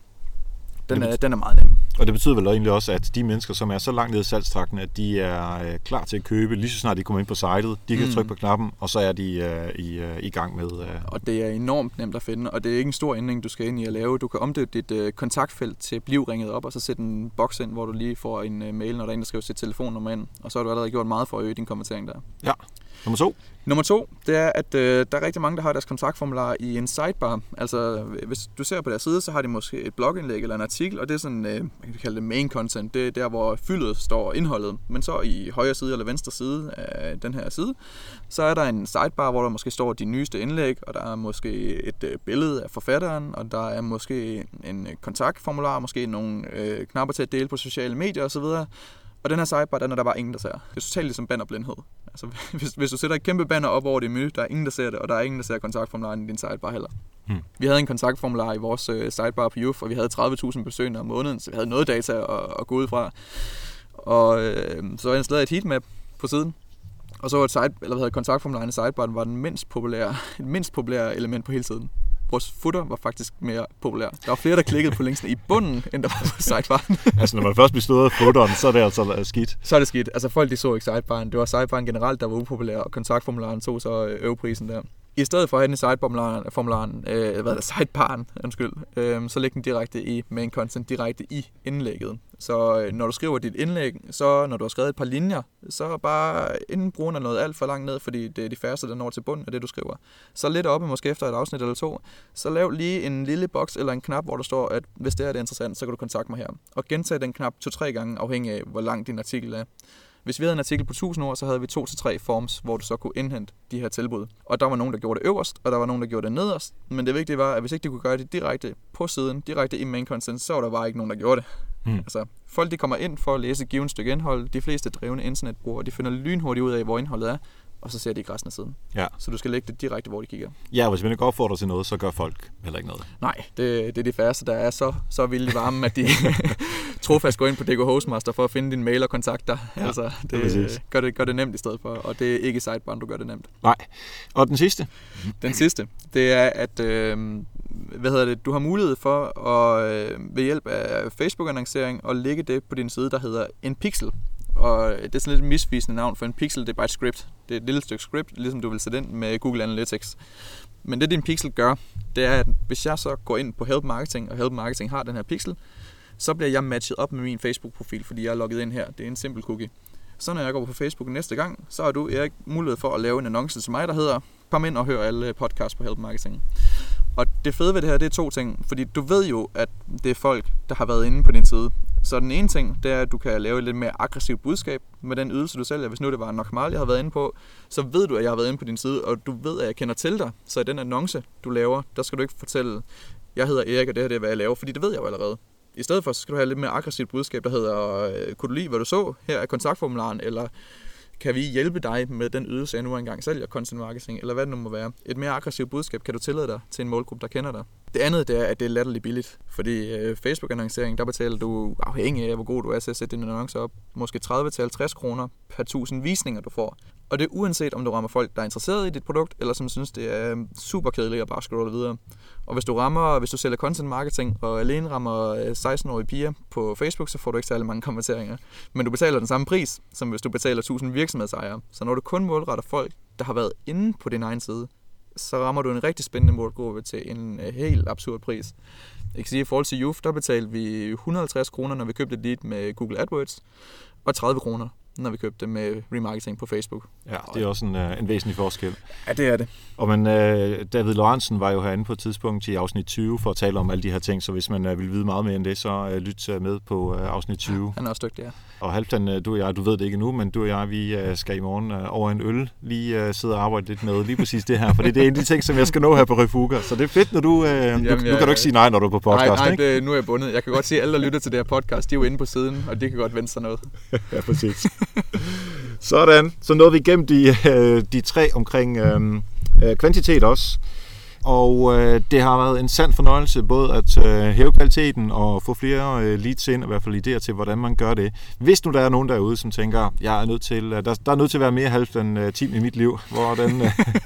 Speaker 1: Den er meget nem.
Speaker 2: Og det betyder vel egentlig også, at de mennesker, som er så langt nede i salgstrakten, at de er klar til at købe, lige så snart de kommer ind på sitet, de kan trykke på knappen, og så er de i gang med...
Speaker 1: Og det er enormt nemt at finde, og det er ikke en stor ændring, du skal ind i at lave. Du kan omdøbe dit kontaktfelt til bliv ringet op, og så sætte en boks ind, hvor du lige får en mail, når der er en, der skriver sit telefonnummer ind, og så har du allerede gjort meget for at øge din konvertering der.
Speaker 2: Ja. Nummer 2, det er, at der er rigtig mange, der har deres kontaktformular i en sidebar. Altså, hvis du ser på deres side, så har de måske et blogindlæg eller en artikel, og det er sådan, man kan kalde det main content. Det er der, hvor fyldet står indholdet. Men så i højre side eller venstre side af den her side, så er der en sidebar, hvor der måske står de nyeste indlæg, og der er måske et billede af forfatteren, og der er måske en kontaktformular, måske nogle knapper til at dele på sociale medier osv. Og den her sidebar, den er der bare ingen, der ser. Det er totalt ligesom bannerblindhed. Altså, hvis du sætter et kæmpe banner op over det menu, der er ingen, der ser det, og der er ingen, der ser kontaktformularen i din sidebar heller. Vi havde en kontaktformular i vores sidebar på Youth, og vi havde 30.000 besøgende om måneden, så vi havde noget data at gå ud fra. Og så var jeg installeret et heatmap på siden. Og så var kontaktformularen i sidebaren var den mindst populære element på hele siden. Vores footer var faktisk mere populær. Der var flere, der klikkede på linksene i bunden, end der var på sidebaren. Altså, når man først bliver stået af footeren, så er det altså skidt.
Speaker 1: Så er det skidt. Altså, folk de så ikke sidebaren. Det var sidebaren generelt, der var upopulær, og kontaktformularen tog så øveprisen der. I stedet for at have den i sidebaren, så læg den direkte i main content, direkte i indlægget. Så når du skriver dit indlæg, så når du har skrevet et par linjer, så bare inden brugen er noget alt for langt ned, fordi det er de færreste, der når til bunden af det, du skriver. Så lidt oppe, måske efter et afsnit eller 2, så lav lige en lille boks eller en knap, hvor der står, at hvis det er interessant, så kan du kontakte mig her. Og gentage den knap 2-3 gange, afhængig af, hvor lang din artikel er. Hvis vi havde en artikel på 1000 ord, så havde vi 2-3 forms, hvor du så kunne indhente de her tilbud. Og der var nogen, der gjorde det øverst, og der var nogen, der gjorde det nederst. Men det vigtige var, at hvis ikke de kunne gøre det direkte på siden, direkte i main content, så var der bare ikke nogen, der gjorde det. Altså, folk de kommer ind for at læse et givet stykke indhold. De fleste drevne internetbrugere, de finder lynhurtigt ud af, hvor indholdet er, og så ser de ikke resten af siden. Ja. Så du skal lægge det direkte, hvor de kigger.
Speaker 2: Ja, hvis man ikke opfordrer til noget, så gør folk heller ikke noget.
Speaker 1: Nej, det er de færreste, der er så vildt varme, at de trofast går ind på DK Hostmaster for at finde din mail og kontakter. Ja, altså, gør det nemt i stedet for, og det er ikke i sidebaren, du gør det nemt.
Speaker 2: Nej. Og den sidste?
Speaker 1: Den sidste, det er, at du har mulighed for at ved hjælp af Facebook-annoncering at lægge det på din side, der hedder en pixel. Og det er sådan lidt et misvisende navn, for en pixel, det er bare et script. Det er et lille stykke script, ligesom du vil sætte ind med Google Analytics. Men det din pixel gør, det er, at hvis jeg så går ind på Help Marketing, og Help Marketing har den her pixel, så bliver jeg matchet op med min Facebook-profil, fordi jeg er logget ind her. Det er en simpel cookie. Så når jeg går på Facebook næste gang, så har du, Erik, mulighed for at lave en annonce til mig, der hedder kom ind og hør alle podcasts på Help Marketing. Og det fede ved det her, det er 2 ting. Fordi du ved jo, at det er folk, der har været inde på din side. Så den ene ting, det er, at du kan lave et lidt mere aggressivt budskab med den ydelse, du sælger. Hvis nu det var Nochmal, jeg har været inde på, så ved du, at jeg har været inde på din side, og du ved, at jeg kender til dig. Så i den annonce, du laver, der skal du ikke fortælle, jeg hedder Erik, og det her det er, hvad jeg laver, fordi det ved jeg jo allerede. I stedet for, så skal du have et lidt mere aggressivt budskab, der hedder, kunne du lide, hvad du så? Her er kontaktformularen, eller kan vi hjælpe dig med den ydelse, jeg nu engang sælger, content marketing, eller hvad det nu må være. Et mere aggressivt budskab kan du tillade dig til en målgruppe, der kender dig. Det andet, det er, at det er latterligt billigt, fordi Facebook-annoncering, der betaler du, afhængig af, hvor god du er til at sætte din annonce op, måske 30-50 kroner per 1000 visninger, du får. Og det er uanset, om du rammer folk, der er interesseret i dit produkt, eller som synes, det er super kedeligt at bare scrolle videre. Og hvis du sælger content marketing, og alene rammer 16-årige piger på Facebook, så får du ikke særlig mange kommenteringer. Men du betaler den samme pris, som hvis du betaler 1000 virksomhedsejere. Så når du kun målretter folk, der har været inde på din egen side, så rammer du en rigtig spændende målgruppe til en helt absurd pris. Jeg kan sige, at i forhold til Youth, der betalte vi 150 kroner, når vi købte et lead med Google AdWords, og 30 kroner, når vi købte med remarketing på Facebook.
Speaker 2: Ja, det er også en væsentlig forskel.
Speaker 1: Ja, det er det.
Speaker 2: Og David Lorentzen var jo herinde på et tidspunkt i afsnit 20 for at tale om alle de her ting, så hvis man vil vide meget mere end det, så lyt med på afsnit 20.
Speaker 1: Ja, han er også dygtig, ja.
Speaker 2: Og Halfdan, du og jeg, du ved det ikke endnu, men du og jeg, vi skal i morgen over en øl lige sidde og arbejde lidt med lige præcis det her, for det er en af de ting, som jeg skal nå her på Refuga. Så det er fedt, når du kan du ikke sige nej, når du er på podcast,
Speaker 1: nej, ikke? Nu er jeg bundet. Jeg kan godt se, at alle, der lytter til det her podcast, de er jo inde på siden, og det kan godt vente sig noget.
Speaker 2: Ja, præcis. Sådan. Så nåede vi igennem de 3 omkring kvantitet også. Og det har været en sand fornøjelse både at hæve kvaliteten og få flere leads ind, og i hvert fald idéer til, hvordan man gør det. Hvis nu der er nogen derude, som tænker, jeg er nødt til, der er nødt til at være mere Halfdan team i mit liv, hvordan...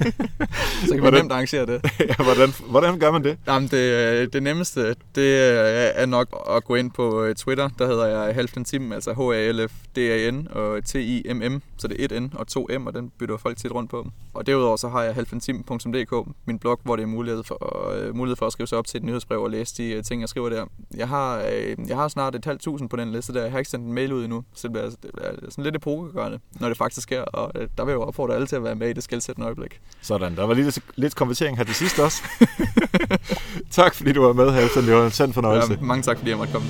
Speaker 1: Så kan vi nemt arrangere det.
Speaker 2: Ja, hvordan gør man det?
Speaker 1: Jamen, det nemmeste, det er nok at gå ind på Twitter, der hedder jeg Halfdan Tim, altså HALFDAN og TIMM, så det er 1N og 2M, og den bytter folk tit rundt på. Og derudover så har jeg halfdantim.dk, min blog, hvor det er mulighed for at skrive sig op til et nyhedsbrev og læse de ting, jeg skriver der. Jeg har snart 500 på den liste der. Jeg har ikke sendt en mail ud endnu, så det er sådan lidt epokegørende, når det faktisk sker, og der vil jeg jo opfordre alle til at være med i det skelsættende øjeblik.
Speaker 2: Sådan, der var lidt konvertering her til sidst også. Tak fordi du var med, Halfdan. Det var en sand fornøjelse.
Speaker 1: Ja, mange tak fordi jeg måtte komme.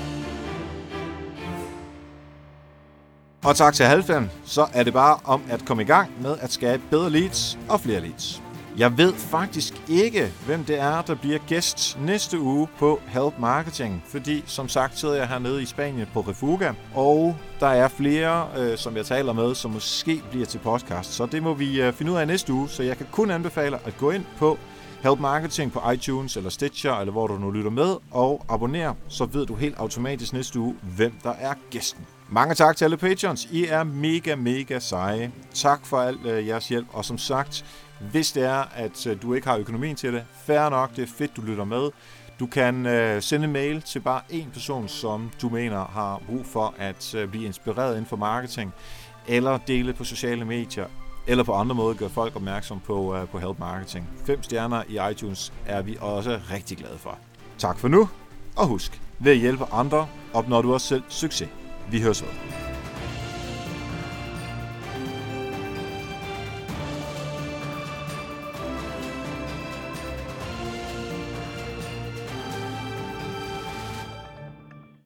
Speaker 2: Og tak til Halfdan. Så er det bare om at komme i gang med at skabe bedre leads og flere leads. Jeg ved faktisk ikke, hvem det er, der bliver gæst næste uge på Help Marketing, fordi som sagt sidder jeg hernede i Spanien på Refuga, og der er flere, som jeg taler med, som måske bliver til podcast, så det må vi finde ud af næste uge, så jeg kan kun anbefale at gå ind på Help Marketing på iTunes eller Stitcher, eller hvor du nu lytter med, og abonner, så ved du helt automatisk næste uge, hvem der er gæsten. Mange tak til alle patrons. I er mega seje. Tak for al jeres hjælp, og som sagt, hvis det er, at du ikke har økonomien til det, fair nok, det er fedt, du lytter med. Du kan sende en mail til bare en person, som du mener har brug for at blive inspireret inden for marketing, eller dele på sociale medier, eller på andre måder gør folk opmærksom på Help Marketing. 5 stjerner i iTunes er vi også rigtig glade for. Tak for nu, og husk, ved at hjælpe andre opnår du også selv succes. Vi høres ved.